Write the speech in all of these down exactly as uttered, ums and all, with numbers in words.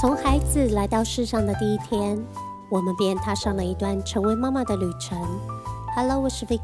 从孩子来到世上的第一天，我们便踏上了一段成为妈妈的旅程。Hello， 我是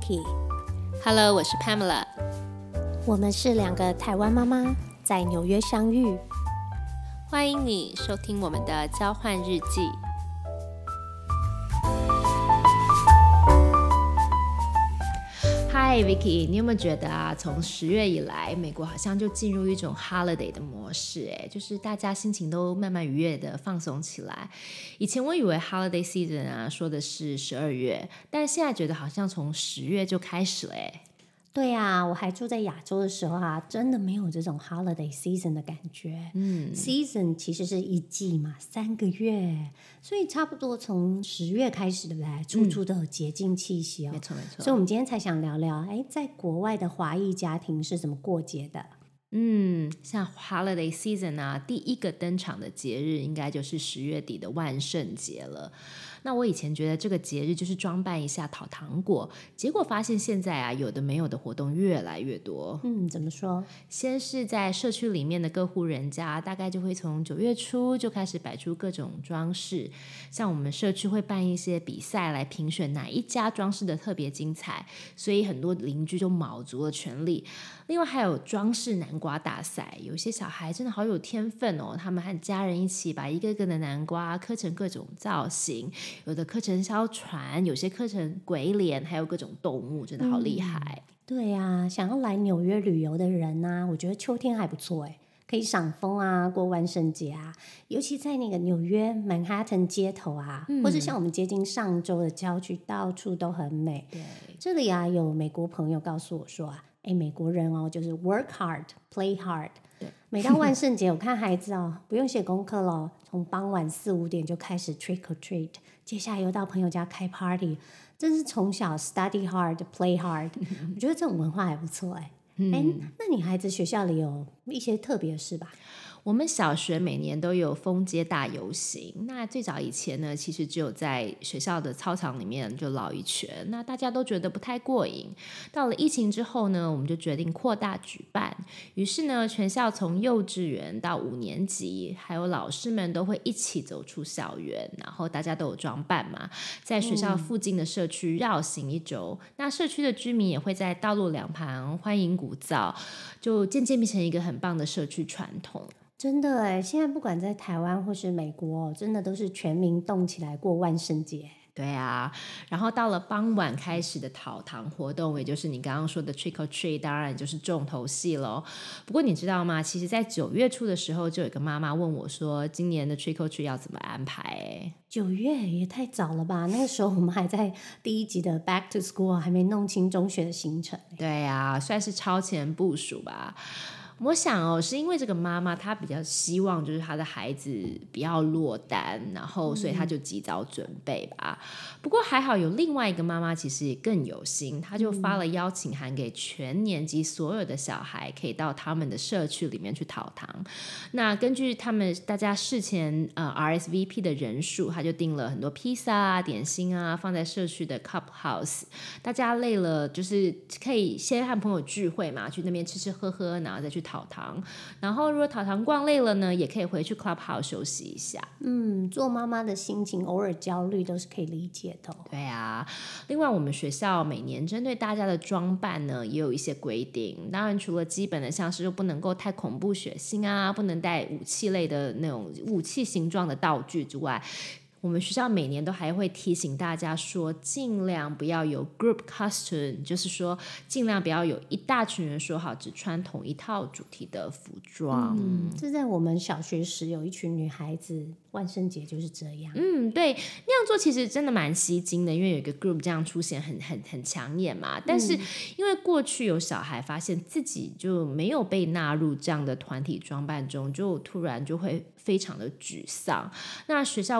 Vicky。 Hello， 我是 Pamela。 我们是两个台湾妈妈，在纽约相遇。 欢迎你收听我们的交换日记。Hi Vicky， 你有没有觉得啊，从十月以来，美国好像就进入一种 holiday 的模式，哎，就是大家心情都慢慢愉悦的放松起来。以前我以为 holiday season 啊，说的是十二月，但现在觉得好像从十月就开始了，哎。 对啊，我还住在亚洲的时候啊，真的没有这种 holiday season 的感觉。嗯 ，season 其实是一季嘛，三个月，所以差不多从十月开始，对不对？处处都有节庆气息哦。 没错没错。 所以我们今天才想聊聊，哎，在国外的华裔家庭是怎么过节的？ 嗯，像 holiday season 啊，第一个登场的节日应该就是十月底的万圣节了。那我以前觉得这个节日就是装扮一下讨糖果，结果发现现在啊，有的没有的活动越来越多。 嗯，怎么说？ 先是在社区里面的各户人家，大概就会从九月初就开始摆出各种装饰，像我们社区会办一些比赛来评选哪一家装饰的特别精彩，所以很多邻居就卯足了全力。另外还有装饰南瓜大赛，有些小孩真的好有天分哦，他们和家人一起把一个个的南瓜刻成各种造型，有的刻成小船，有些刻成鬼脸，还有各种动物，真的好厉害。 嗯、对啊，想要来纽约旅游的人啊，我觉得秋天还不错哎，可以赏枫啊，过万圣节啊，尤其在那个纽约曼哈顿街头啊、嗯、或者像我们接近上周的郊区，到处都很美。 对， 这里啊有美国朋友告诉我说啊，哎，美国人哦就是 work hard play hard。 对， 每到万圣节我看孩子哦不用写功课咯，从傍晚四五点就开始 trick or treat， 接下来又到朋友家开 party， 真是从小 study hard play hard。 我觉得这种文化还不错哎。哎、嗯，那你孩子学校里有一些特别的事吧？ 我们小学每年都有封街大游行，那最早以前呢，其实只有在学校的操场里面就绕一圈，那大家都觉得不太过瘾。到了疫情之后呢，我们就决定扩大举办，于是呢，全校从幼稚园到五年级，还有老师们都会一起走出校园，然后大家都有装扮嘛，在学校附近的社区绕行一周、嗯、那社区的居民也会在道路两旁欢迎鼓噪，就渐渐变成一个很棒的社区传统。 真的耶，现在不管在台湾或是美国，真的都是全民动起来过万圣节。 对啊，然后到了傍晚开始的讨糖活动，也就是你刚刚说的 trick or treat， 当然就是重头戏咯。不过你知道吗，其实在九月初的时候，就有一个妈妈问我说，今年的 trick or treat 要怎么安排？ 九月也太早了吧，那个时候我们还在第一集的 back to school， 还没弄清中学的行程。 对啊，算是超前部署吧。我想哦，是因为这个妈妈她比较希望就是她的孩子不要落单，然后所以她就及早准备吧、嗯、不过还好有另外一个妈妈其实也更有心，她就发了邀请函给全年级所有的小孩，可以到他们的社区里面去讨糖。那根据他们大家事前、呃、R S V P 的人数，她就订了很多披萨啊点心啊，放在社区的 Cup House， 大家累了就是可以先和朋友聚会嘛，去那边吃吃喝喝，然后再去讨糖，然后如果讨糖逛累了呢，也可以回去 Clubhouse 休息一下。 嗯，做妈妈的心情偶尔焦虑都是可以理解的、哦、 对啊，另外我们学校每年针对大家的装扮呢也有一些规定，当然除了基本的像是不能够太恐怖血腥啊，不能带武器类的那种武器形状的道具之外，我们学校每年都还会提醒大家说，尽量不要有 group costume， 就是说尽量不要有一大群人说好只穿同一套主题的服装。 嗯，这在我们小学时有一群女孩子万圣节就是这样。 嗯，对，那样做其实真的蛮吸睛的，因为有一个 group 这样出现很很很抢眼嘛。但是因为过去有小孩发现自己就没有被纳入这样的团体装扮中，就突然就会非常的沮丧。那学校为了避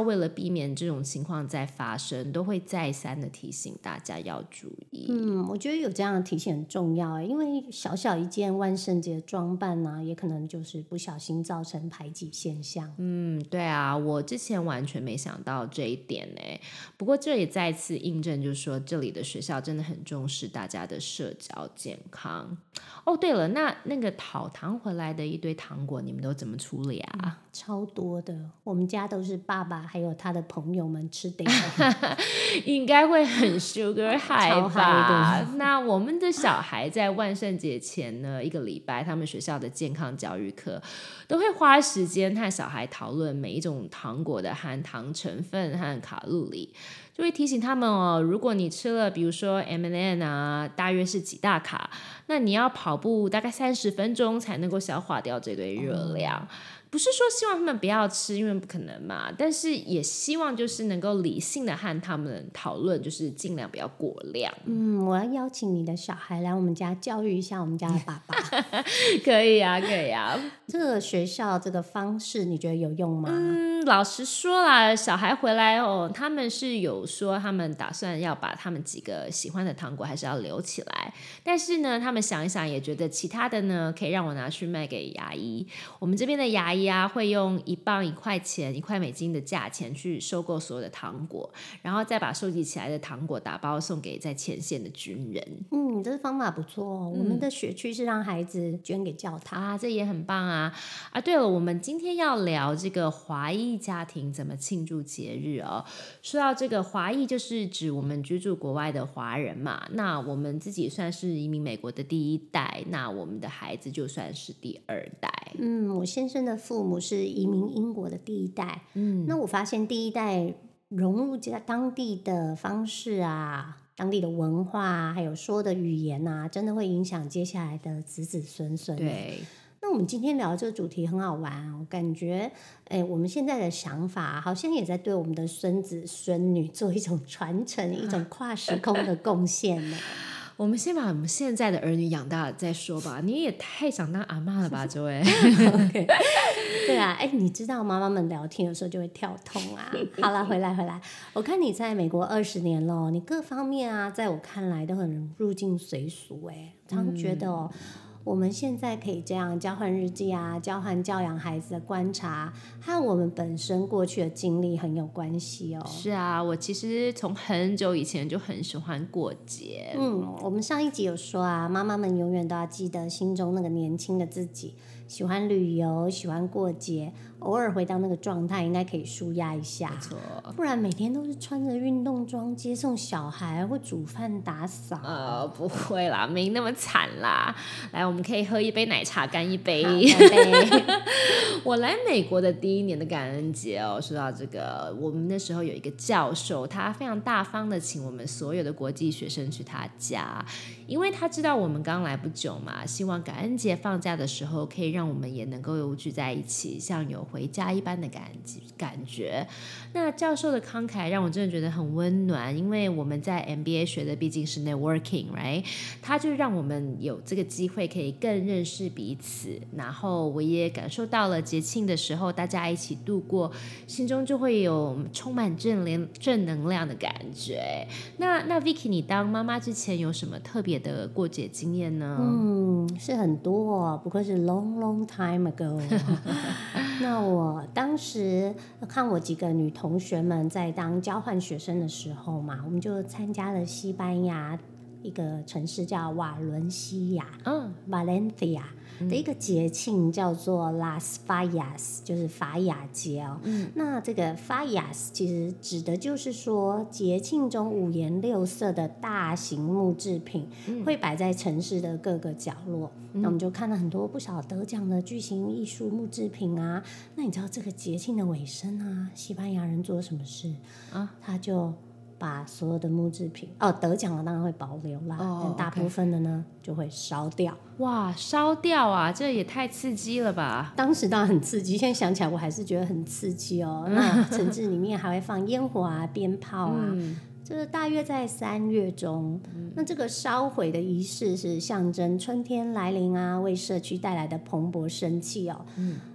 避免这种情况再发生，都会再三的提醒大家要注意。 嗯，我觉得有这样的提醒很重要，因为小小一件万圣节装扮呢、啊，也可能就是不小心造成排挤现象。 嗯，对啊，我之前完全没想到这一点呢。不过这也再次印证，就是说这里的学校真的很重视大家的社交健康。哦，对了，那那个讨糖回来的一堆糖果，你们都怎么处理啊？ 嗯、超多的，我们家都是爸爸还有他的朋友们吃的， 应该会很 sugar high 吧？ 的那我们的小孩在万圣节前呢一个礼拜，他们学校的健康教育课都会花时间和小孩讨论每一种糖果的含糖成分和卡路里，就会提醒他们哦，如果你吃了比如说 M and M 啊，大约是几大卡，那你要跑步大概三十分钟才能够消化掉这堆热量。嗯，不是说希望他们不要吃，因为不可能嘛，但是也希望就是能够理性的和他们讨论，就是尽量不要过量。 嗯，我要邀请你的小孩来我们家教育一下我们家的爸爸。 可以啊，可以啊。 这个学校这个方式你觉得有用吗？ 嗯，老实说啦，小孩回来哦，他们是有说他们打算要把他们几个喜欢的糖果还是要留起来，但是呢，他们想一想也觉得其他的呢可以让我拿去卖给牙医。我们这边的牙医啊，会用一磅一块钱一块美金的价钱去收购所有的糖果，然后再把收集起来的糖果打包送给在前线的军人。 嗯，这个方法不错哦。嗯，我们的学区是让孩子捐给教堂啊，这也很棒啊。啊，对了，我们今天要聊这个华裔家庭怎么庆祝节日哦。说到这个华裔，就是指我们居住国外的华人嘛。那我们自己算是移民美国的第一代，那我们的孩子就算是第二代。 嗯，我先生的父母是移民英国的第一代。嗯，那我发现第一代融入当地的方式啊，当地的文化，还有说的语言啊，真的会影响接下来的子子孙孙。 对。 那我们今天聊这个主题很好玩，我感觉，哎，我们现在的想法好像也在对我们的孙子孙女做一种传承，一种跨时空的贡献呢。 我们先把我们现在的儿女养大再说吧。你也太想当阿嬷了吧，这位。 okay. 对啊，哎，你知道妈妈们聊天有时候就会跳通啊。好了，回来回来，我看你在美国二十年了，你各方面啊，在我看来都很入境随俗。哎，常觉得哦。嗯，我们现在可以这样交换日记啊，交换教养孩子的观察，和我们本身过去的经历很有关系哦。 是啊，我其实从很久以前就很喜欢过节。 嗯，我们上一集有说啊，妈妈们永远都要记得心中那个年轻的自己，喜欢旅游，喜欢过节，偶尔回到那个状态，应该可以抒压一下。 没错， 不然每天都是穿着运动装接送小孩，或煮饭打扫。 呃，不会啦，没那么惨啦。来，我们可以喝一杯奶茶，干一杯。我来美国的第一年的感恩节哦，说到这个，我们那时候有一个教授，他非常大方的请我们所有的国际学生去他家，因为他知道我们刚来不久嘛，希望感恩节放假的时候可以让我们也能够聚在一起，像有回家一般的感感觉。那教授的慷慨让我真的觉得很温暖，因为我们在 M B A 学的毕竟是 networking right， 他就让我们有这个机会可以更认识彼此，然后我也感受到了节庆的时候大家一起度过，心中就会有充满正正能量的感觉。那那 Vicky， 你当妈妈之前有什么特别的过节经验呢？ 嗯，是很多哦，不过是 long long time ago。那我当时看我几个女同学们在当交换学生的时候嘛，我们就参加了西班牙一个城市叫瓦伦西亚，嗯 Valencia 的一个节庆叫做 Las Fallas， 就是法雅节哦。嗯，那这个 Fallas 其实指的就是说节庆中五颜六色的大型木制品会摆在城市的各个角落。嗯，那我们就看了很多不少得奖的巨型艺术木制品啊。那你知道这个节庆的尾声啊，西班牙人做什么事啊？他就把所有的木制品哦得奖了当然会保留啦，哦，但大部分的呢， okay. 就会烧掉。 哇，烧掉啊，这也太刺激了吧！ 当时当然很刺激，现在想起来我还是觉得很刺激哦。那城市里面还会放烟火啊、鞭炮啊。嗯，这大约在三月中，嗯，那这个烧毁的仪式是象征春天来临啊，为社区带来的蓬勃生气哦。嗯，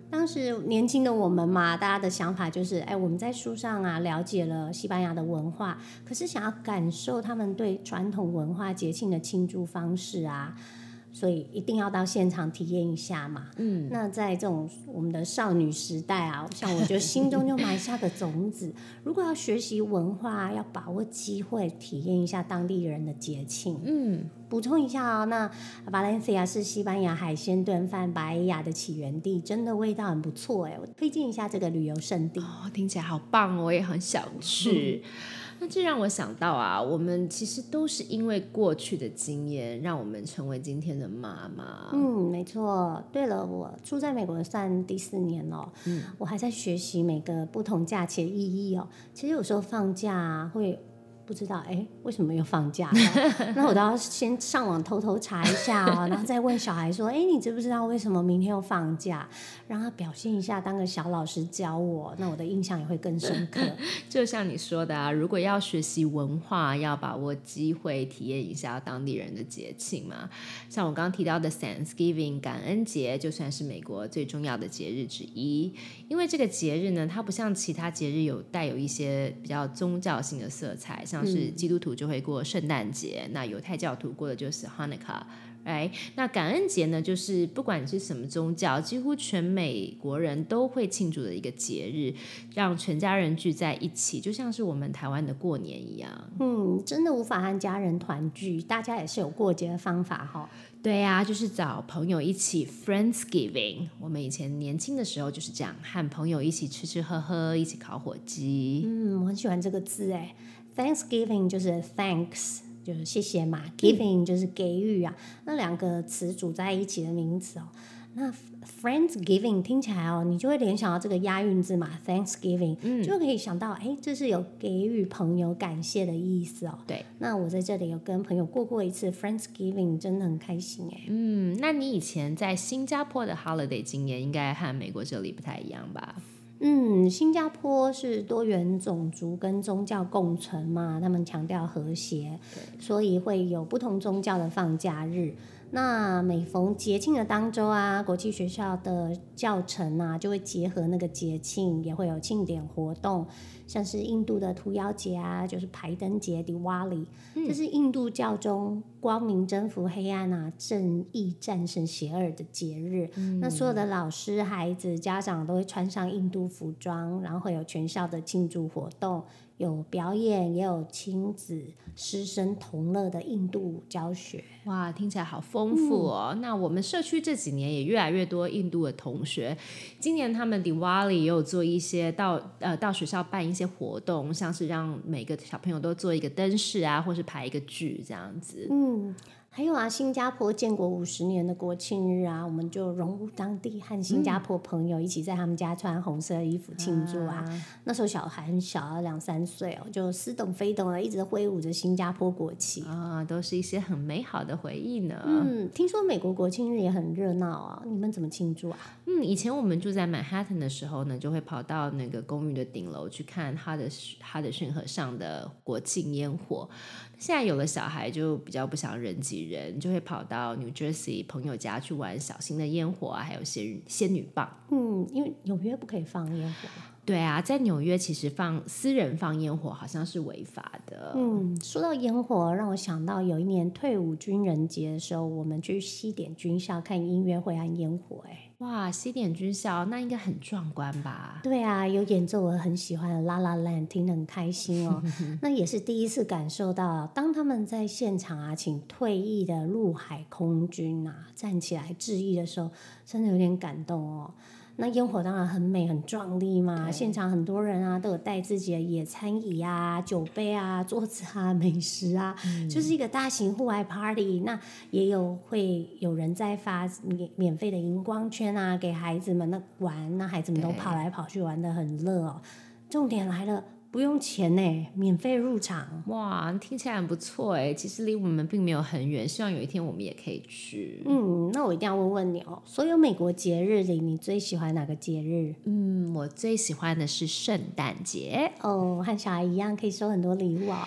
当时年轻的我们嘛，大家的想法就是，哎，我们在书上啊了解了西班牙的文化，可是想要感受他们对传统文化节庆的庆祝方式啊，所以一定要到现场体验一下嘛。嗯，那在这种我们的少女时代啊，像我觉得心中就埋下个种子，如果要学习文化，要把握机会体验一下当地人的节庆。嗯。补充一下哦，那 Valencia 是西班牙海鲜炖饭巴耶亚的起源地，真的味道很不错哎，我推荐一下这个旅游胜地。 哦，听起来好棒哦，我也很想去。嗯，那这让我想到啊，我们其实都是因为过去的经验，让我们成为今天的妈妈。 嗯，没错。对了，我住在美国算第四年了，嗯，我还在学习每个不同假期的意义哦。其实有时候放假啊会。不知道哎，为什么又放假了？那我都要先上网偷偷查一下哦，然后再问小孩说：“哎，你知不知道为什么明天又放假？”让他表现一下，当个小老师教我，那我的印象也会更深刻。 就像你说的啊，如果要学习文化，要把握机会，体验一下当地人的节庆嘛。像我刚刚提到的 Thanksgiving 感恩节，就算是美国最重要的节日之一。因为这个节日呢，它不像其他节日有带有一些比较宗教性的色彩。像是基督徒就会过圣诞节，嗯，那犹太教徒过的就是 Hanukkah。Right? 那感恩节呢，就是不管你是什么宗教，几乎全美国人都会庆祝的一个节日，让全家人聚在一起，就像是我们台湾的过年一样。 嗯，真的无法和家人团聚，大家也是有过节的方法哈。 对啊，就是找朋友一起 Friendsgiving。我们以前年轻的时候就是这样，和朋友一起吃吃喝喝，一起烤火鸡。 嗯，我很喜欢这个字哎。Thanksgiving 就是 thanks 就是谢谢嘛， giving 就是给予啊，那两个词组在一起的名词哦。那 Friendsgiving 听起来哦，你就会联想到这个押韵字嘛 Thanksgiving，嗯，就可以想到哎，这是有给予朋友感谢的意思哦。 对， 那我在这里有跟朋友过过一次 Friendsgiving， 真的很开心哎。 嗯，那你以前在新加坡的 holiday 经验应该和美国这里不太一样吧？ 嗯，新加坡是多元种族跟宗教共存嘛，他们强调和谐，所以会有不同宗教的放假日。那每逢节庆的当周啊，国际学校的教程啊，就会结合那个节庆，也会有庆典活动，像是印度的屠妖节啊，就是排灯节 Diwali，嗯，这是印度教中光明征服黑暗啊，正义战胜邪恶的节日。嗯，那所有的老师、孩子、家长都会穿上印度服装，然后会有全校的庆祝活动。有表演，也有亲子师生同乐的印度教学。 哇，听起来好丰富哦。嗯，那我们社区这几年也越来越多印度的同学，今年他们 Diwali 也有做一些到呃到学校办一些活动，像是让每个小朋友都做一个灯饰啊，或是排一个剧这样子。 嗯，还有啊，新加坡建国五十年的国庆日啊，我们就融入当地，和新加坡朋友一起在他们家穿红色衣服庆祝啊。啊那时候小孩很小，两三岁哦，就似懂非懂的，一直挥舞着新加坡国旗啊，都是一些很美好的回忆呢。 嗯，听说美国国庆日也很热闹啊，你们怎么庆祝啊？ 嗯，以前我们住在 Manhattan 的时候呢，就会跑到那个公寓的顶楼去看哈德哈德逊河上的国庆烟火。现在有了小孩，就比较不想人挤人，就会跑到 New Jersey 朋友家去玩小型的烟火啊，还有仙仙女棒。 嗯，因为纽约不可以放烟火。 对啊，在纽约其实放私人放烟火好像是违法的。 嗯，说到烟火，让我想到有一年退伍军人节的时候，我们去西点军校看音乐会和烟火。哎， 哇，西点军校那应该很壮观吧？ 对啊，有演奏我很喜欢的 La La Land， 听得很开心哦。那也是第一次感受到，当他们在现场啊，请退役的陆海空军啊站起来致意的时候，真的有点感动哦。那烟火当然很美很壮丽嘛，现场很多人啊都有带自己的野餐椅啊、酒杯啊、桌子啊、美食啊，嗯，就是一个大型户外 party。那也有会有人在发免免费的荧光圈啊，给孩子们那玩，那孩子们都跑来跑去玩得很热哦。重点来了，不用钱呢，免费入场。 哇，听起来很不错哎。其实离我们并没有很远，希望有一天我们也可以去。 嗯，那我一定要问问你哦，所有美国节日里，你最喜欢哪个节日？ 嗯，我最喜欢的是圣诞节哦，和小孩一样可以收很多礼物哦。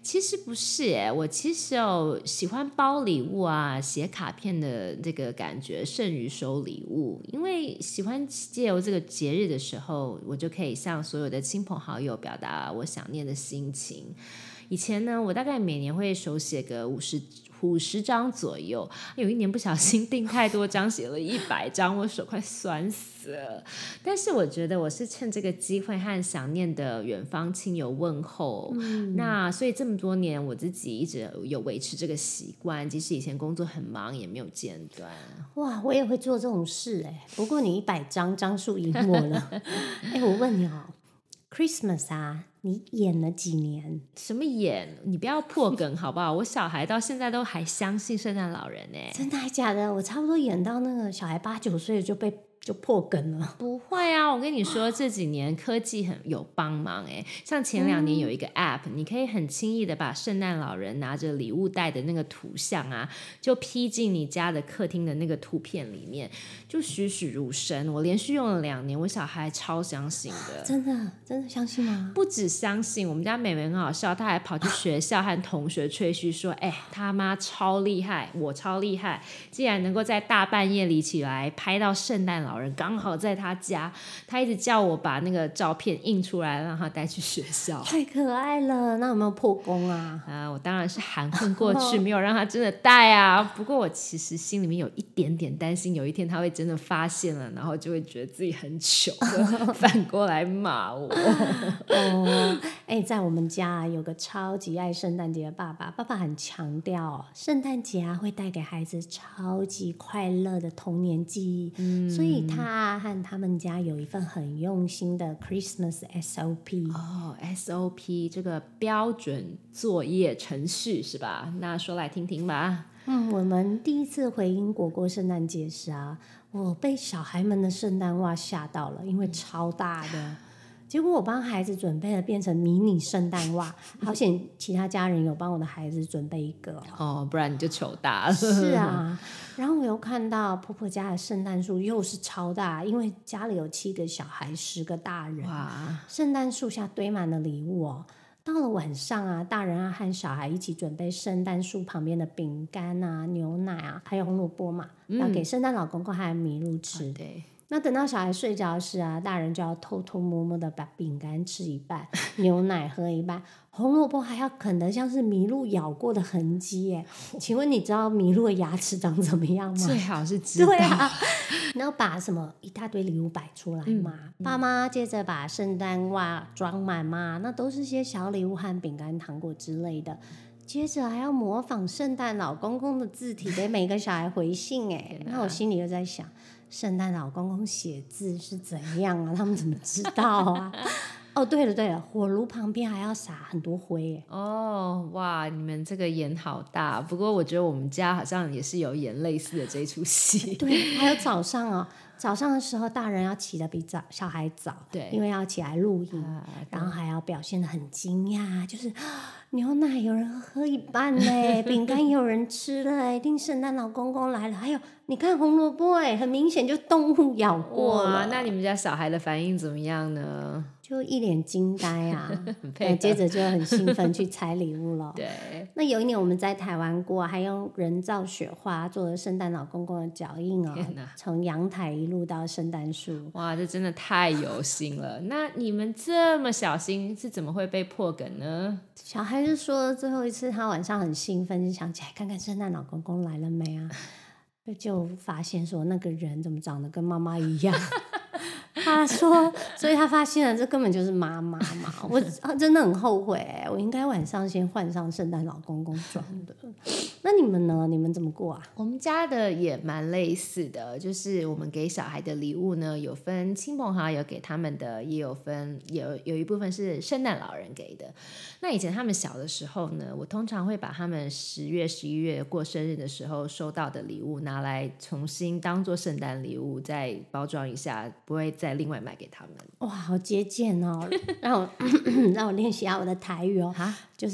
其实不是耶，我其实哦喜欢包礼物啊，写卡片的这个感觉胜于收礼物，因为喜欢借由这个节日的时候，我就可以向所有的亲朋好友表达我想念的心情。以前呢，我大概每年会手写个五十五十张左右，有一年不小心订太多张，写了一百张，我手快酸死了。但是我觉得我是趁这个机会和想念的远方亲友问候，嗯、那所以这么多年我自己一直有维持这个习惯，即使以前工作很忙也没有间断。 哇，我也会做这种事哎，不过你一百张张数赢我了。哎，我问你哦 ，Christmas 啊，你演了几年？ 什么演？你不要破梗好不好？我小孩到现在都还相信圣诞老人呢。 真的还假的？我差不多演到那个小孩八九岁就被就破梗了。 不会啊，我跟你说，这几年科技很有帮忙哎。像前两年有一个 app，、嗯、你可以很轻易的把圣诞老人拿着礼物袋的那个图像啊，就 P 进你家的客厅的那个图片里面，就栩栩如生。我连续用了两年，我小孩超相信的。 真的真的相信吗？ 不只相信，我们家妹妹很好笑，她还跑去学校和同学吹嘘说：“哎、欸，他妈超厉害，我超厉害，竟然能够在大半夜里起来拍到圣诞老人刚好在他家。”她一直叫我把那个照片印出来，让她带去学校。 太可爱了，那有没有破功啊？ 啊，我当然是含混过去，没有让她真的带啊。不过我其实心里面有一点点担心，有一天她会真的发现了，然后就会觉得自己很糗，反过来骂我。 哦，哎，在我们家、啊、有个超级爱圣诞节的爸爸，爸爸很强调圣诞节啊会带给孩子超级快乐的童年记忆，嗯、所以他、啊、和他们家有一份很用心的 Christmas S O P。 哦 ，S O P 这个标准作业程序是吧？那说来听听吧。 嗯，我们第一次回英国过圣诞节时啊，我被小孩们的圣诞袜吓到了，因为超大的。结果我帮孩子准备了变成迷你圣诞袜，好险其他家人有帮我的孩子准备一个哦, 哦不然你就糗大了。 是啊，然后我又看到婆婆家的圣诞树又是超大，因为家里有七个小孩十个大人，哇，圣诞树下堆满了礼物哦。到了晚上啊，大人啊和小孩一起准备圣诞树旁边的饼干啊、牛奶啊，还有红萝卜嘛，嗯、要给圣诞老公公还有麋鹿吃。 啊、对。 那等到小孩睡着时啊，大人就要偷偷摸摸的把饼干吃一半，牛奶喝一半，红萝卜还要啃得像是麋鹿咬过的痕迹耶。请问你知道麋鹿的牙齿长怎么样吗？ 最好是知道。 对啊，然后把什么一大堆礼物摆出来嘛，嗯嗯、爸妈接着把圣诞袜装满嘛，那都是些小礼物和饼干、糖果之类的。接着还要模仿圣诞老公公的字体给每个小孩回信哎，那我心里就在想。圣诞老公公写字是怎样啊？他们怎么知道啊？哦，对了对了，火炉旁边还要撒很多灰耶。 哦，哇，你们这个演好大。不过我觉得我们家好像也是有演类似的这一出戏。 对，还有早上哦，早上的时候大人要起得比早小孩早，对，因为要起来录音，啊、然后还要表现得很惊讶，就是牛奶有人喝一半嘞，饼干有人吃了，一定圣诞老公公来了。还有你看红萝卜哎，很明显就动物咬过了。 哇，那你们家小孩的反应怎么样呢？ 就一脸惊呆啊，对，接着就很兴奋去拆礼物了。 对， 那有一年我们在台湾过，还用人造雪花做了圣诞老公公的脚印哦，从阳台一路到圣诞树。 哇，这真的太有心了。那你们这么小心，是怎么会被破梗呢？ 小孩就说最后一次他晚上很兴奋，就想起来看看圣诞老公公来了没啊，就发现说那个人怎么长得跟妈妈一样。他说，所以他发现了这根本就是妈妈嘛。我真的很后悔、欸，我应该晚上先换上圣诞老公公装的。那你们呢？你们怎么过啊？ 我们家的也蛮类似的，就是我们给小孩的礼物呢，有分亲朋好友给他们的，也有分有有一部分是圣诞老人给的。那以前他们小的时候呢，我通常会把他们十月、十一月过生日的时候收到的礼物拿来重新当做圣诞礼物，再包装一下，不会再另外买给他们。 哇，好节俭哦！让我让我练习一下我的台语哦，就是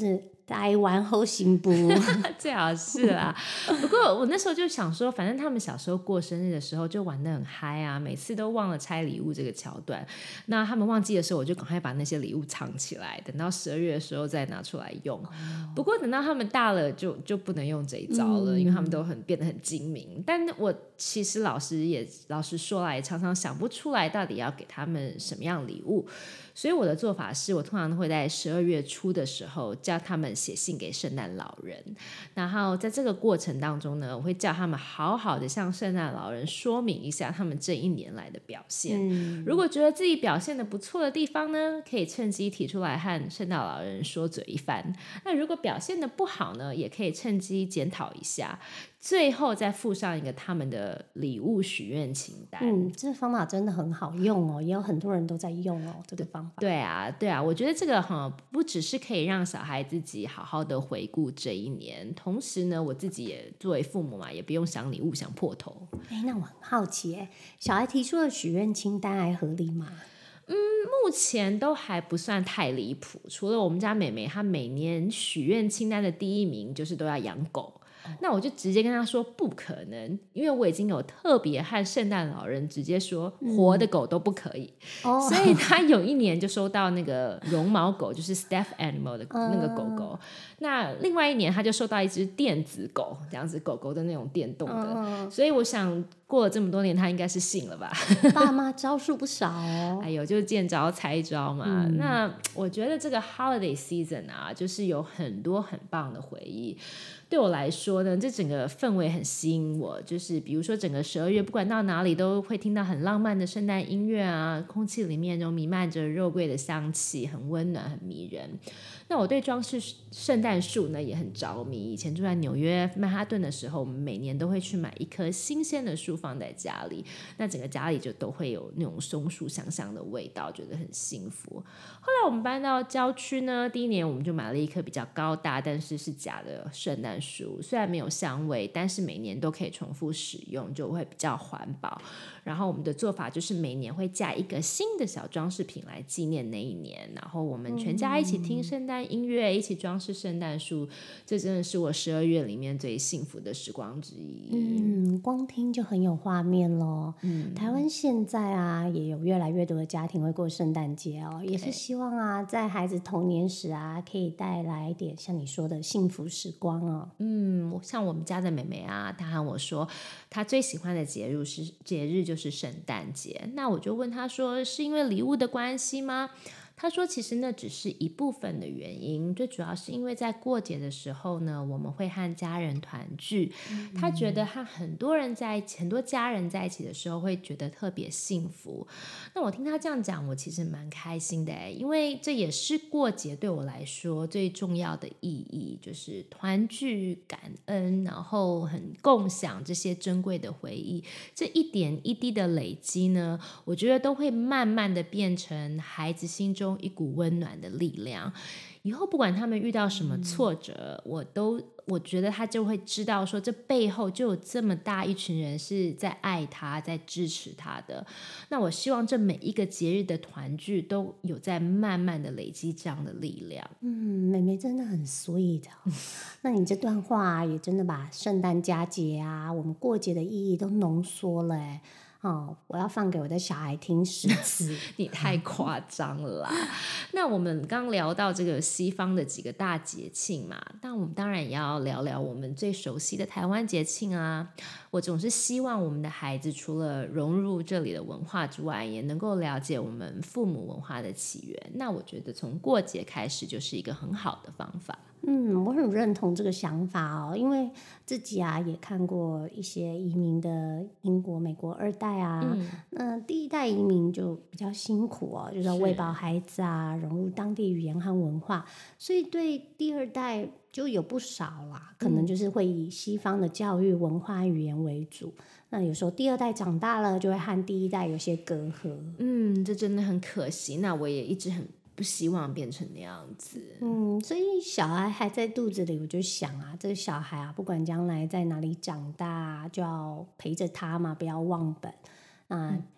台湾后行不最好是啦。不过我那时候就想说，反正他们小时候过生日的时候就玩得很嗨啊，每次都忘了拆礼物这个桥段。那他们忘记的时候，我就赶快把那些礼物藏起来，等到十二月的时候再拿出来用。哦、不过等到他们大了就，就不能用这一招了，嗯、因为他们都很变得很精明。但我其实老实也老实说来，常常想不出来到底要给他们什么样礼物。所以我的做法是，我通常会在十二月初的时候叫他们写信给圣诞老人，然后在这个过程当中呢，我会叫他们好好的向圣诞老人说明一下他们这一年来的表现。嗯、如果觉得自己表现的不错的地方呢，可以趁机提出来和圣诞老人说嘴一番。那如果表现的不好呢，也可以趁机检讨一下。最后再附上一个他们的礼物许愿清单。 嗯，这个方法真的很好用哦，也有很多人都在用哦，这个方法。 对啊，对啊，我觉得这个哈不只是可以让小孩自己好好的回顾这一年，同时呢，我自己也作为父母嘛，也不用想礼物想破头。 哎，那我很好奇，哎，小孩提出的许愿清单还合理吗？ 嗯，目前都还不算太离谱，除了我们家妹妹，她每年许愿清单的第一名就是都要养狗。那我就直接跟他说不可能，因为我已经有特别和圣诞老人直接说活的狗都不可以、嗯、所以他有一年就收到那个绒毛狗，就是 stuffed animal 的那个狗狗、嗯、那另外一年他就收到一只电子狗，这样子狗狗的那种电动的、嗯、所以我想过了这么多年他应该是信了吧。 爸妈招数不少哦。 哎呦，就是见招拆招嘛、嗯、那我觉得这个 holiday season 啊，就是有很多很棒的回忆。对我来说呢，这整个氛围很吸引我，就是比如说整个十二月不管到哪里都会听到很浪漫的圣诞音乐啊，空气里面都弥漫着肉桂的香气，很温暖很迷人。那我对装饰圣诞树呢也很着迷，以前住在纽约曼哈顿的时候，我们每年都会去买一棵新鲜的树放在家里，那整个家里就都会有那种松树香香的味道，觉得很幸福。后来我们搬到郊区呢，第一年我们就买了一棵比较高大但是是假的圣诞树，虽然没有香味，但是每年都可以重复使用，就会比较环保。然后我们的做法就是每年会加一个新的小装饰品来纪念那一年，然后我们全家一起听圣诞音乐、嗯、一起装饰圣诞树，这真的是我十二月里面最幸福的时光之一。 嗯，光听就很有画面咯、嗯、台湾现在啊也有越来越多的家庭会过圣诞节哦，也是希望啊在孩子童年时啊可以带来一点像你说的幸福时光哦。 嗯，像我们家的妹妹啊，她和我说她最喜欢的节日是节日就是圣诞节，那我就问她说是因为礼物的关系吗？他说其实那只是一部分的原因，最主要是因为在过节的时候呢，我们会和家人团聚、嗯、他觉得和很多人在一起，很多家人在一起的时候会觉得特别幸福。那我听他这样讲，我其实蛮开心的，因为这也是过节对我来说最重要的意义，就是团聚感恩，然后很共享这些珍贵的回忆，这一点一滴的累积呢，我觉得都会慢慢的变成孩子心中一股温暖的力量。以后不管他们遇到什么挫折、嗯、我都我觉得他就会知道说这背后就有这么大一群人是在爱他，在支持他的。那我希望这每一个节日的团聚都有在慢慢的累积这样的力量。 嗯，妹妹真的很 sweet、哦、那你这段话也真的把圣诞佳节啊我们过节的意义都浓缩了耶。哦，我要放给我的小孩听十次。 你太夸张了啦。那我们刚聊到这个西方的几个大节庆嘛，但我们当然也要聊聊我们最熟悉的台湾节庆啊。我总是希望我们的孩子除了融入这里的文化之外，也能够了解我们父母文化的起源。那我觉得从过节开始就是一个很好的方法。 嗯，我很认同这个想法哦，因为自己啊也看过一些移民的英国、美国二代啊，嗯，那第一代移民就比较辛苦哦，就是要喂饱孩子啊，融入当地语言和文化，所以对第二代就有不少啦，可能就是会以西方的教育、文化、语言为主。那有时候第二代长大了，就会和第一代有些隔阂。 嗯，这真的很可惜。那我也一直很不希望变成那样子。 嗯，所以小孩还在肚子里，我就想啊，这个小孩啊，不管将来在哪里长大，就要陪着他嘛，不要忘本。啊、嗯，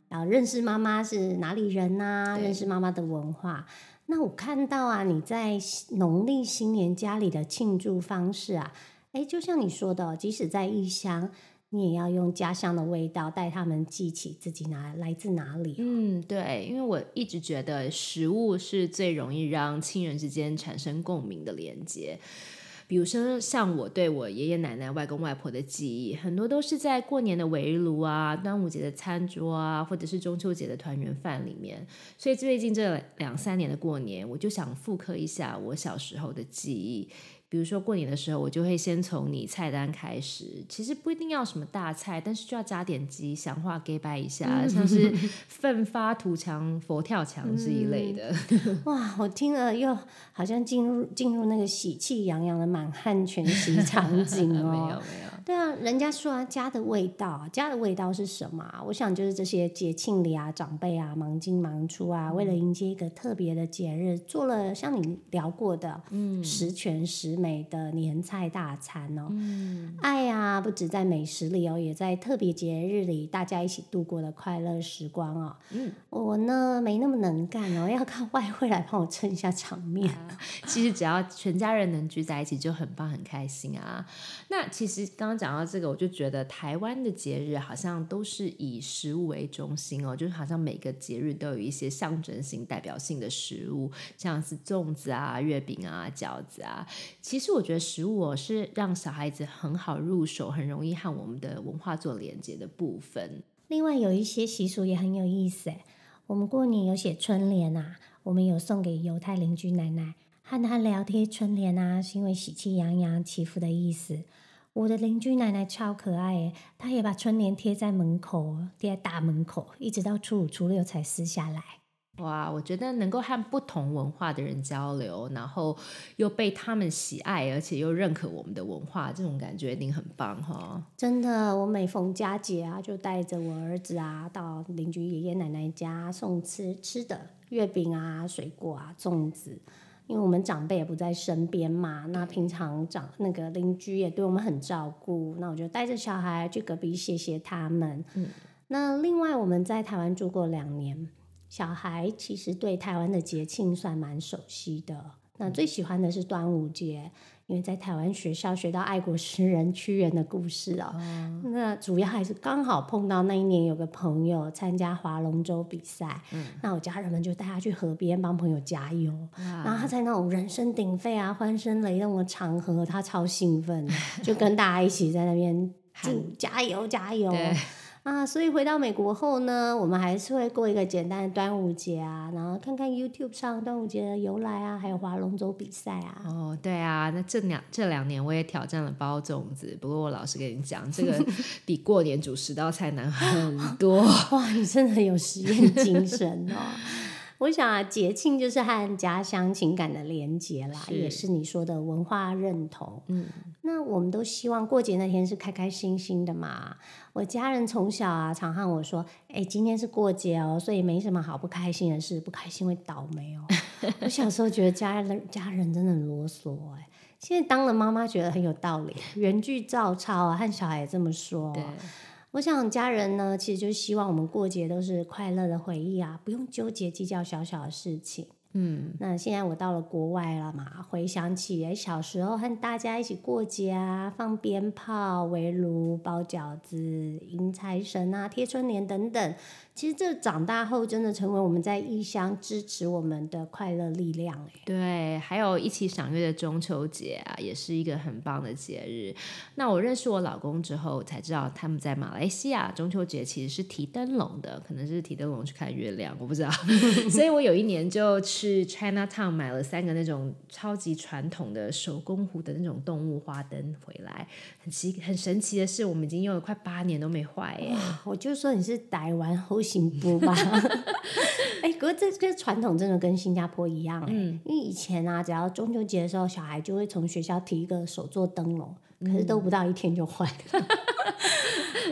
然后认识妈妈是哪里人啊，认识妈妈的文化。那我看到啊，你在农历新年家里的庆祝方式啊，哎，就像你说的，即使在异乡，你也要用家乡的味道带他们记起自己哪来自哪里。 嗯，对，因为我一直觉得食物是最容易让亲人之间产生共鸣的连接。比如说像我对我爷爷奶奶外公外婆的记忆，很多都是在过年的围炉啊，端午节的餐桌啊，或者是中秋节的团圆饭里面。所以最近这两三年的过年，我就想复刻一下我小时候的记忆。比如说过年的时候，我就会先从你菜单开始，其实不一定要什么大菜，但是就要加点吉祥话给拜一下，像是奋发图强佛跳墙这一类的、 嗯、哇，我听了又好像进入进入那个喜气洋洋的满汉全席场景哦。 没有没有， 对啊，人家说啊，家的味道，家的味道是什么啊？我想就是这些节庆里啊，长辈啊忙进忙出啊，为了迎接一个特别的节日，做了像你聊过的，嗯，十全十美的年菜大餐哦。嗯，爱啊，不止在美食里哦，也在特别节日里大家一起度过的快乐时光哦。嗯，我呢没那么能干哦，要靠外汇来帮我撑一下场面。 啊、其实只要全家人能聚在一起就很棒很开心啊。那其实刚刚讲到这个，我就觉得台湾的节日好像都是以食物为中心哦，就是好像每个节日都有一些象征性代表性的食物，像是粽子啊、月饼啊、饺子啊。其实我觉得食物哦是让小孩子很好入手，很容易和我们的文化做连接的部分。 另外有一些习俗也很有意思耶，我们过年有写春联啊，我们有送给犹太邻居奶奶，和她聊贴春联啊，是因为喜气洋洋祈福的意思。我的邻居奶奶超可爱耶，她也把春联贴在门口，贴在大门口，一直到初五初六才撕下来。 哇，我觉得能够和不同文化的人交流，然后又被他们喜爱，而且又认可我们的文化，这种感觉一定很棒哈！ 真的，我每逢佳节啊，就带着我儿子啊到邻居爷爷奶奶家送吃吃的，月饼啊、水果啊、粽子。因为我们长辈也不在身边嘛，那平常长那个邻居也对我们很照顾，那我就带着小孩去隔壁谢谢他们。嗯，那另外我们在台湾住过两年，小孩其实对台湾的节庆算蛮熟悉的。那最喜欢的是端午节，因为在台湾学校学到爱国诗人屈原的故事哦。哦那主要还是刚好碰到那一年有个朋友参加划龙舟比赛，嗯、那我家人们就带他去河边帮朋友加油，然后他在那种人声鼎沸啊、欢声雷动的场合，他超兴奋，就跟大家一起在那边祝加油加油。啊，所以回到美国后呢，我们还是会过一个简单的端午节啊，然后看看 YouTube 上端午节的由来啊，还有划龙舟比赛啊。 哦，对啊，那这两这两年我也挑战了包粽子，不过我老实跟你讲，这个比过年煮十道菜难很多。 哇，你真的有实验精神哦！我想啊，节庆就是和家乡情感的连结啦，也是你说的文化认同。嗯，那我们都希望过节那天是开开心心的嘛。我家人从小啊，常和我说：“哎、欸，今天是过节哦，所以没什么好不开心的事，不开心会倒霉哦。”我小时候觉得家人家人真的很啰嗦哎、欸，现在当了妈妈觉得很有道理，原句照抄啊，和小孩也这么说。对。我想家人呢，其实就希望我们过节都是快乐的回忆啊，不用纠结计较小小的事情。嗯，那现在我到了国外了嘛，回想起小时候和大家一起过节啊，放鞭炮、围炉、包饺子、迎财神啊、贴春联等等，其实这长大后真的成为我们在异乡支持我们的快乐力量、欸、 对，还有一起赏月的中秋节啊，也是一个很棒的节日。那我认识我老公之后才知道，他们在马来西亚中秋节其实是提灯笼的，可能是提灯笼去看月亮，我不知道。所以我有一年就去 Chinatown 买了三个那种超级传统的手工壶的那种动物花灯回来。很奇很神奇的是，我们已经用了快八年都没坏耶。 我就说你是台湾后行部吧。哎、欸，可是这个传统真的跟新加坡一样哎、欸嗯，因为以前啊，只要中秋节的时候，小孩就会从学校提一个手做灯笼，可是都不到一天就坏了。哎、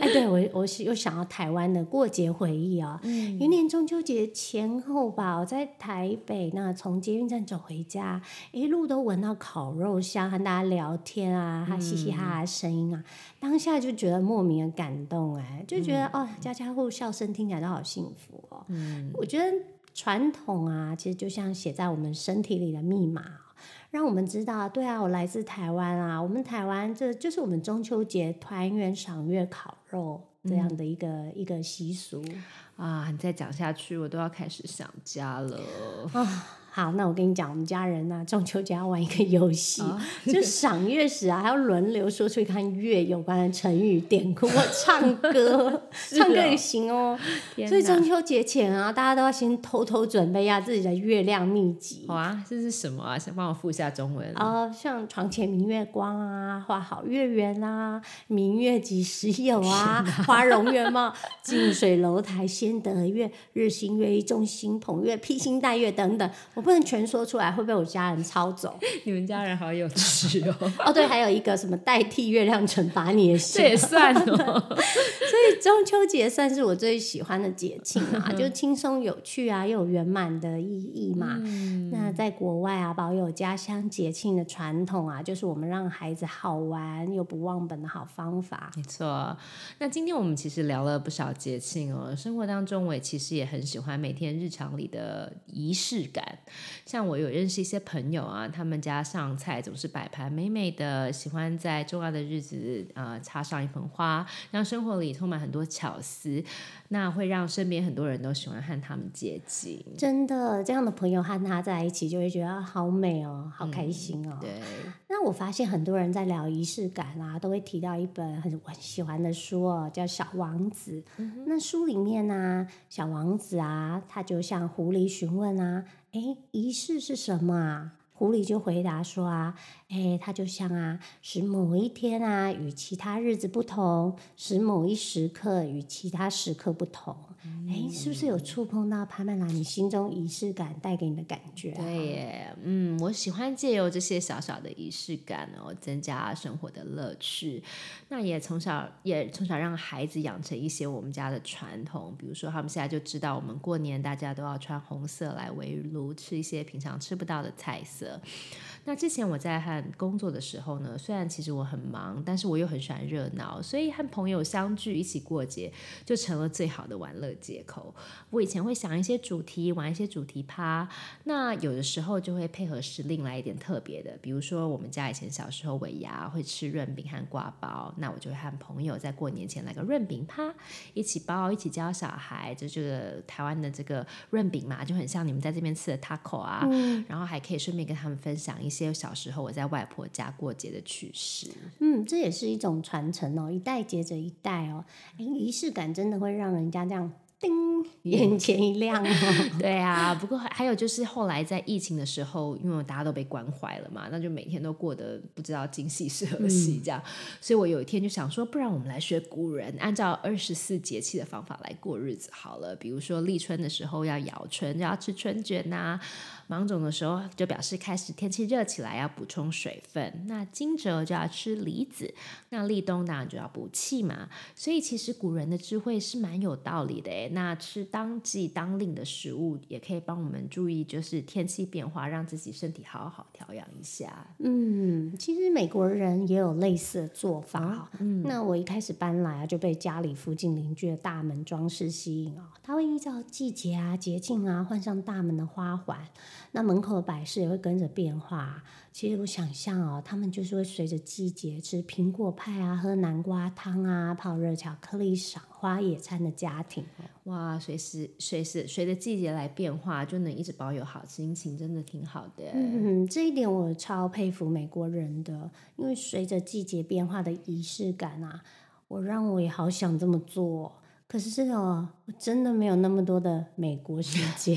哎，对我我是又想到台湾的过节回忆啊、哦。嗯，有一年中秋节前后吧，我在台北，那从捷运站走回家，一路都闻到烤肉香，和大家聊天啊，还嘻嘻哈哈的声音啊，嗯、当下就觉得莫名的感动哎，就觉得、嗯、哦，家家户笑声听起来都好幸福哦。嗯，我觉得传统啊，其实就像写在我们身体里的密码。让我们知道，对啊，我来自台湾啊，我们台湾这就是我们中秋节团圆赏月烤肉这样的一个、嗯、一个习俗啊。你再讲下去，我都要开始想家了啊。好，那我跟你讲，我们家人啊，中秋节要玩一个游戏，啊、就赏月时啊，还要轮流说出跟月有关的成语典故或唱歌，哦、唱歌也行哦。所以中秋节前啊，大家都要先偷偷准备一下自己的月亮秘籍。 好啊，这是什么啊？想帮我复一下中文啊、呃，像床前明月光啊，画好月圆啊，明月几时有啊，花容月貌，近水楼台先得月，日新月异，众星捧月，披星戴月等等。我不能全说出来，会被我家人抄走。 你们家人好有趣哦！ 哦，对，还有一个什么代替月亮惩罚你的事， 这也算哦。 所以中秋节算是我最喜欢的节庆啊，就轻松有趣啊，又有圆满的意义嘛。嗯、那在国外啊，保有家乡节庆的传统啊，就是我们让孩子好玩又不忘本的好方法。 没错。那今天我们其实聊了不少节庆哦，生活当中我也其实也很喜欢每天日常里的仪式感。像我有认识一些朋友啊，他们家上菜总是摆盘美美的，喜欢在重要的日子呃插上一盆花，让生活里充满很多巧思，那会让身边很多人都喜欢和他们接近。 真的，这样的朋友和他在一起就会觉得好美哦，好开心哦。 嗯、对。 那我发现很多人在聊仪式感啊，都会提到一本很我很喜欢的书哦，叫《小王子》。嗯、那书里面呢、啊，小王子啊，他就向狐狸询问啊，哎，仪式是什么啊？狐狸就回答说啊，哎，它就像啊，使某一天啊与其他日子不同，使某一时刻与其他时刻不同。哎、嗯，是不是有触碰到潘曼拉你心中仪式感带给你的感觉、啊？ 对耶，嗯，我喜欢借由这些小小的仪式感哦，增加生活的乐趣。那也从小也从小让孩子养成一些我们家的传统，比如说他们现在就知道我们过年大家都要穿红色来围炉，吃一些平常吃不到的菜色。那之前我在和工作的时候呢，虽然其实我很忙，但是我又很喜欢热闹，所以和朋友相聚一起过节就成了最好的玩乐借口。我以前会想一些主题，玩一些主题趴，那有的时候就会配合时令来一点特别的，比如说我们家以前小时候尾牙会吃润饼和挂包，那我就会和朋友在过年前来个润饼趴，一起包，一起教小孩，就这个台湾的这个润饼嘛，就很像你们在这边吃的 taco 啊、嗯、然后还可以顺便跟他们分享一些小时候我在外婆家过节的趣事。 嗯，这也是一种传承哦，一代接着一代哦。仪式感真的会让人家这样叮眼前一亮哦。 对啊，不过还有就是后来在疫情的时候，因为大家都被关怀了嘛，那就每天都过得不知道今夕是何夕这样、嗯、所以我有一天就想说，不然我们来学古人，按照二十四节气的方法来过日子好了。比如说立春的时候要咬春，就要吃春卷啊，芒种的时候就表示开始天气热起来要补充水分，那惊蛰就要吃梨子，那立冬当然就要补气嘛。所以其实古人的智慧是蛮有道理的耶。那吃当季当令的食物也可以帮我们注意就是天气变化，让自己身体好好调养一下。 嗯，其实美国人也有类似的做法、哦嗯、那我一开始搬来啊，就被家里附近邻居的大门装饰吸引哦。他会依照季节啊节庆啊换上大门的花环，那门口的摆饰也会跟着变化。其实我想象哦，他们就是会随着季节吃苹果派啊，喝南瓜汤啊，泡热巧克力，赏花野餐的家庭。 哇，随时随时随着季节来变化，就能一直保有好心情，真的挺好的。 嗯，这一点我超佩服美国人的，因为随着季节变化的仪式感啊，我让我也好想这么做。可是哦，我真的没有那么多的美国时间。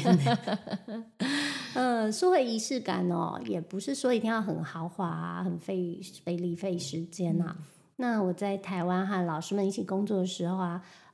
嗯，说回仪式感哦，也不是说一定要很豪华啊，很费费力费时间啊、嗯。那我在台湾和老师们一起工作的时候啊，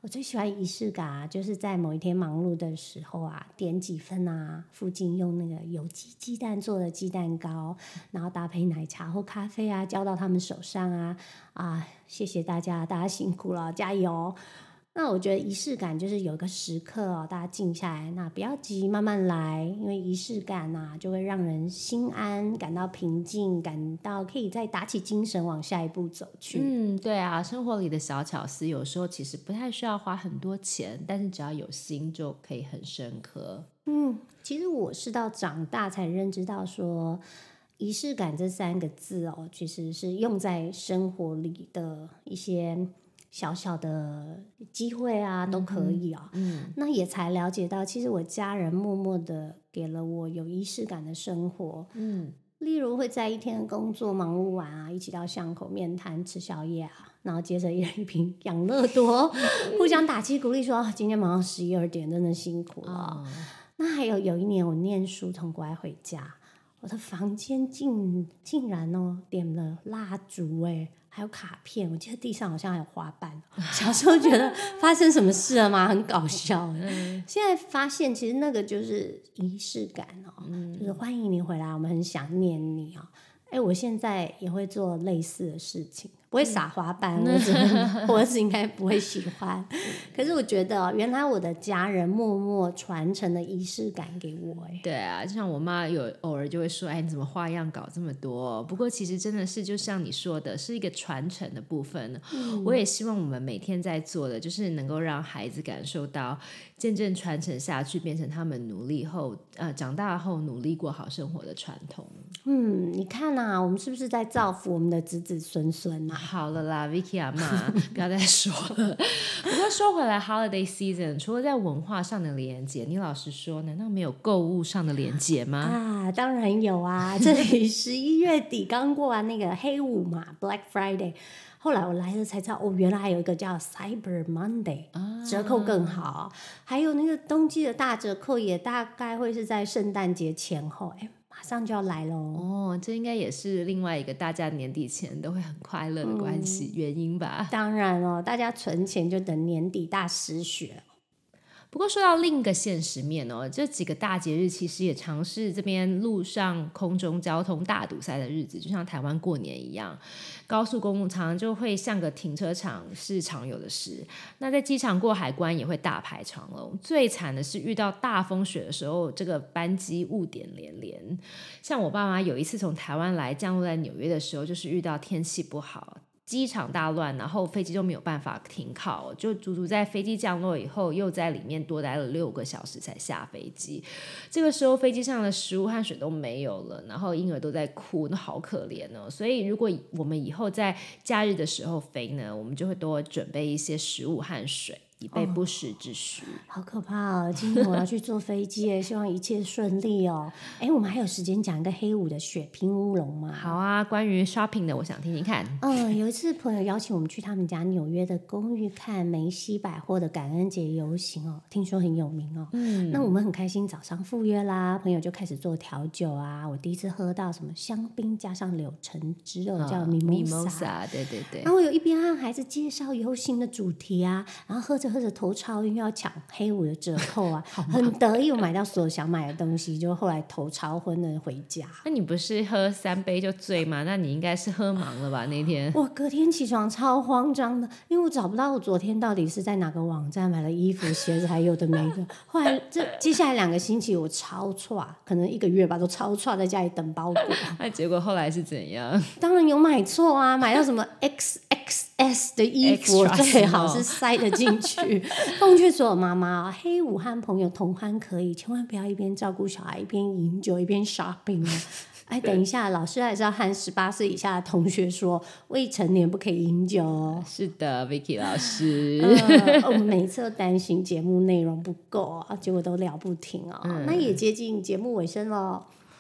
我最喜欢仪式感啊，就是在某一天忙碌的时候啊，点几份啊，附近用那个有机鸡蛋做的鸡蛋糕，然后搭配奶茶或咖啡啊，交到他们手上啊啊，谢谢大家，大家辛苦了，加油！那我觉得仪式感就是有一个时刻哦，大家静下来，那不要急，慢慢来，因为仪式感啊，就会让人心安，感到平静，感到可以再打起精神往下一步走去。 嗯，对啊，生活里的小巧思有时候其实不太需要花很多钱，但是只要有心就可以很深刻。 嗯，其实我是到长大才认知到说，仪式感这三个字哦，其实是用在生活里的一些小小的机会啊，都可以啊、哦。 嗯， 那也才了解到，其实我家人默默的给了我有仪式感的生活。 嗯， 例如会在一天的工作忙碌完啊，一起到巷口面摊吃宵夜啊，然后接着一人一瓶养乐多，互相打气鼓励说，啊今天忙到十一二点，真的辛苦了。 哦， 那还有有一年我念书从国外回家，我的房间竟竟然哦点了蜡烛哎，还有卡片，我记得地上好像还有花瓣。小时候觉得发生什么事了吗？很搞笑。现在发现其实那个就是仪式感哦，就是欢迎你回来，我们很想念你哦。哎，我现在也会做类似的事情，不会撒花瓣，我只我儿子应该不会喜欢。可是我觉得、哦、原来我的家人默默传承的仪式感给我。哎， 对啊，就像我妈有偶尔就会说，哎，你怎么花样搞这么多？不过其实真的是就像你说的，是一个传承的部分。嗯、我也希望我们每天在做的，就是能够让孩子感受到渐渐传承下去，变成他们努力后呃长大后努力过好生活的传统。 嗯，你看啊，我们是不是在造福我们的子子孙孙啊？ 好了啦 Vicky 阿嬷不要再说了。不过说回来 Holiday Season 除了在文化上的连结，你老实说难道没有购物上的连结吗？ 啊，当然有啊，这里十一月底刚过完那个黑五嘛 Black Friday， 后来我来了才知道哦，原来还有一个叫 Cyber Monday、啊、折扣更好，还有那个冬季的大折扣也大概会是在圣诞节前后，哎，马上就要来咯。 哦，这应该也是另外一个大家年底前都会很快乐的关系、嗯、原因吧。 当然了，大家存钱就等年底大失血。 不过说到另一个现实面哦，这几个大节日其实也常是这边路上空中交通大堵塞的日子，就像台湾过年一样，高速公路常常就会像个停车场，是常有的事。那在机场过海关也会大排长龙，最惨的是遇到大风雪的时候，这个班机误点连连。像我爸妈有一次从台湾来降落在纽约的时候，就是遇到天气不好，机场大乱，然后飞机都没有办法停靠，就足足在飞机降落以后又在里面多待了六个小时才下飞机。这个时候飞机上的食物和水都没有了，然后婴儿都在哭，那好可怜哦。所以如果我们以后在假日的时候飞呢，我们就会多准备一些食物和水，以备不时之需、哦、 好可怕哦！今天我要去坐飞机耶，希望一切顺利哦。哎，我们还有时间讲一个黑五的血拼乌龙吗？ 好啊，关于 shopping 的我想听听看。 嗯，有一次朋友邀请我们去他们家纽约的公寓看梅西百货的感恩节游行哦，听说很有名哦。嗯，那我们很开心，早上赴约啦，朋友就开始做调酒啊。我第一次喝到什么香槟加上柳橙汁哦，叫 Mimosa。 对对对。 然后我有一边和孩子介绍游行的主题啊，然后喝着喝着头超晕，要抢黑五的折扣啊，很得意，我买到所有想买的东西，就后来头超昏的回家。 那你不是喝三杯就醉吗？那你应该是喝忙了吧那天？ 我隔天起床超慌张的，因为我找不到我昨天到底是在哪个网站买了衣服、鞋子，还有的没的。后来这接下来两个星期我超挫，可能一个月吧，都超挫在家里等包裹。 那结果后来是怎样？ 当然有买错啊，买到什么 X X S 的衣服，最好是塞得进去。奉劝所有妈妈，黑五和朋友同欢可以，千万不要一边照顾小孩一边饮酒一边 shopping 啊。哎，等一下，老师还是要和十八岁以下的同学说，未成年不可以饮酒哦。 是的 Vicky 老师、 呃、我们每次都担心节目内容不够啊，结果都聊不停哦、嗯、那也接近节目尾声了。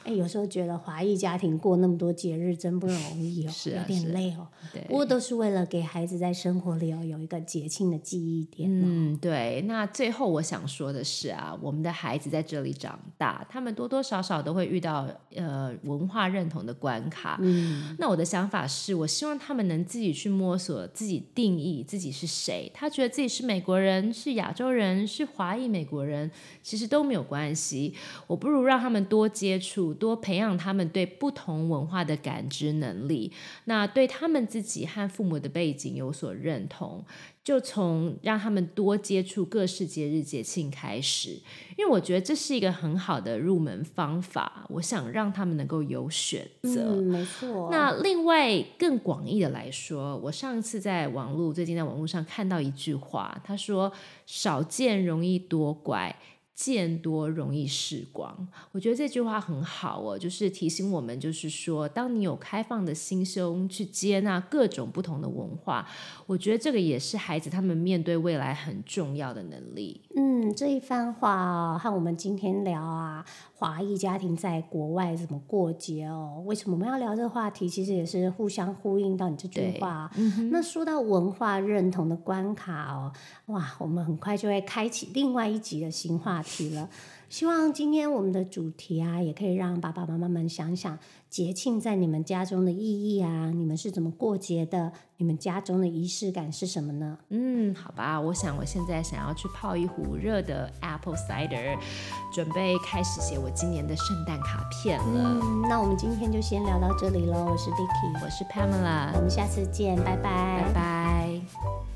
哎，有时候觉得华裔家庭过那么多节日真不容易哦， 是啊有点累哦。 对， 不过都是为了给孩子在生活里哦有一个节庆的记忆点哦。 嗯，对。那最后我想说的是啊，我们的孩子在这里长大，他们多多少少都会遇到呃文化认同的关卡。 嗯， 那我的想法是，我希望他们能自己去摸索，自己定义自己是谁。他觉得自己是美国人，是亚洲人，是华裔美国人，其实都没有关系。我不如让他们多接触，多培养他们对不同文化的感知能力，那对他们自己和父母的背景有所认同，就从让他们多接触各式节日节庆开始，因为我觉得这是一个很好的入门方法，我想让他们能够有选择。 嗯，没错。 那另外更广义的来说，我上次在网络最近在网络上看到一句话，他说少见容易多怪，见多容易视光。我觉得这句话很好哦，就是提醒我们，就是说当你有开放的心胸去接纳各种不同的文化，我觉得这个也是孩子他们面对未来很重要的能力。 嗯，这一番话哦，和我们今天聊啊，华裔家庭在国外怎么过节哦？为什么我们要聊这个话题？其实也是互相呼应到你这句话。嗯、那说到文化认同的关卡哦，哇，我们很快就会开启另外一集的新话题了。希望今天我们的主题啊，也可以让爸爸妈妈们想想节庆在你们家中的意义啊，你们是怎么过节的？你们家中的仪式感是什么呢？ 嗯，好吧，我想我现在想要去泡一壶热的 apple cider， 准备开始写我今年的圣诞卡片了。 嗯，那我们今天就先聊到这里喽。我是 Vicky， 我是 Pamela， 我们下次见，拜拜， 拜拜。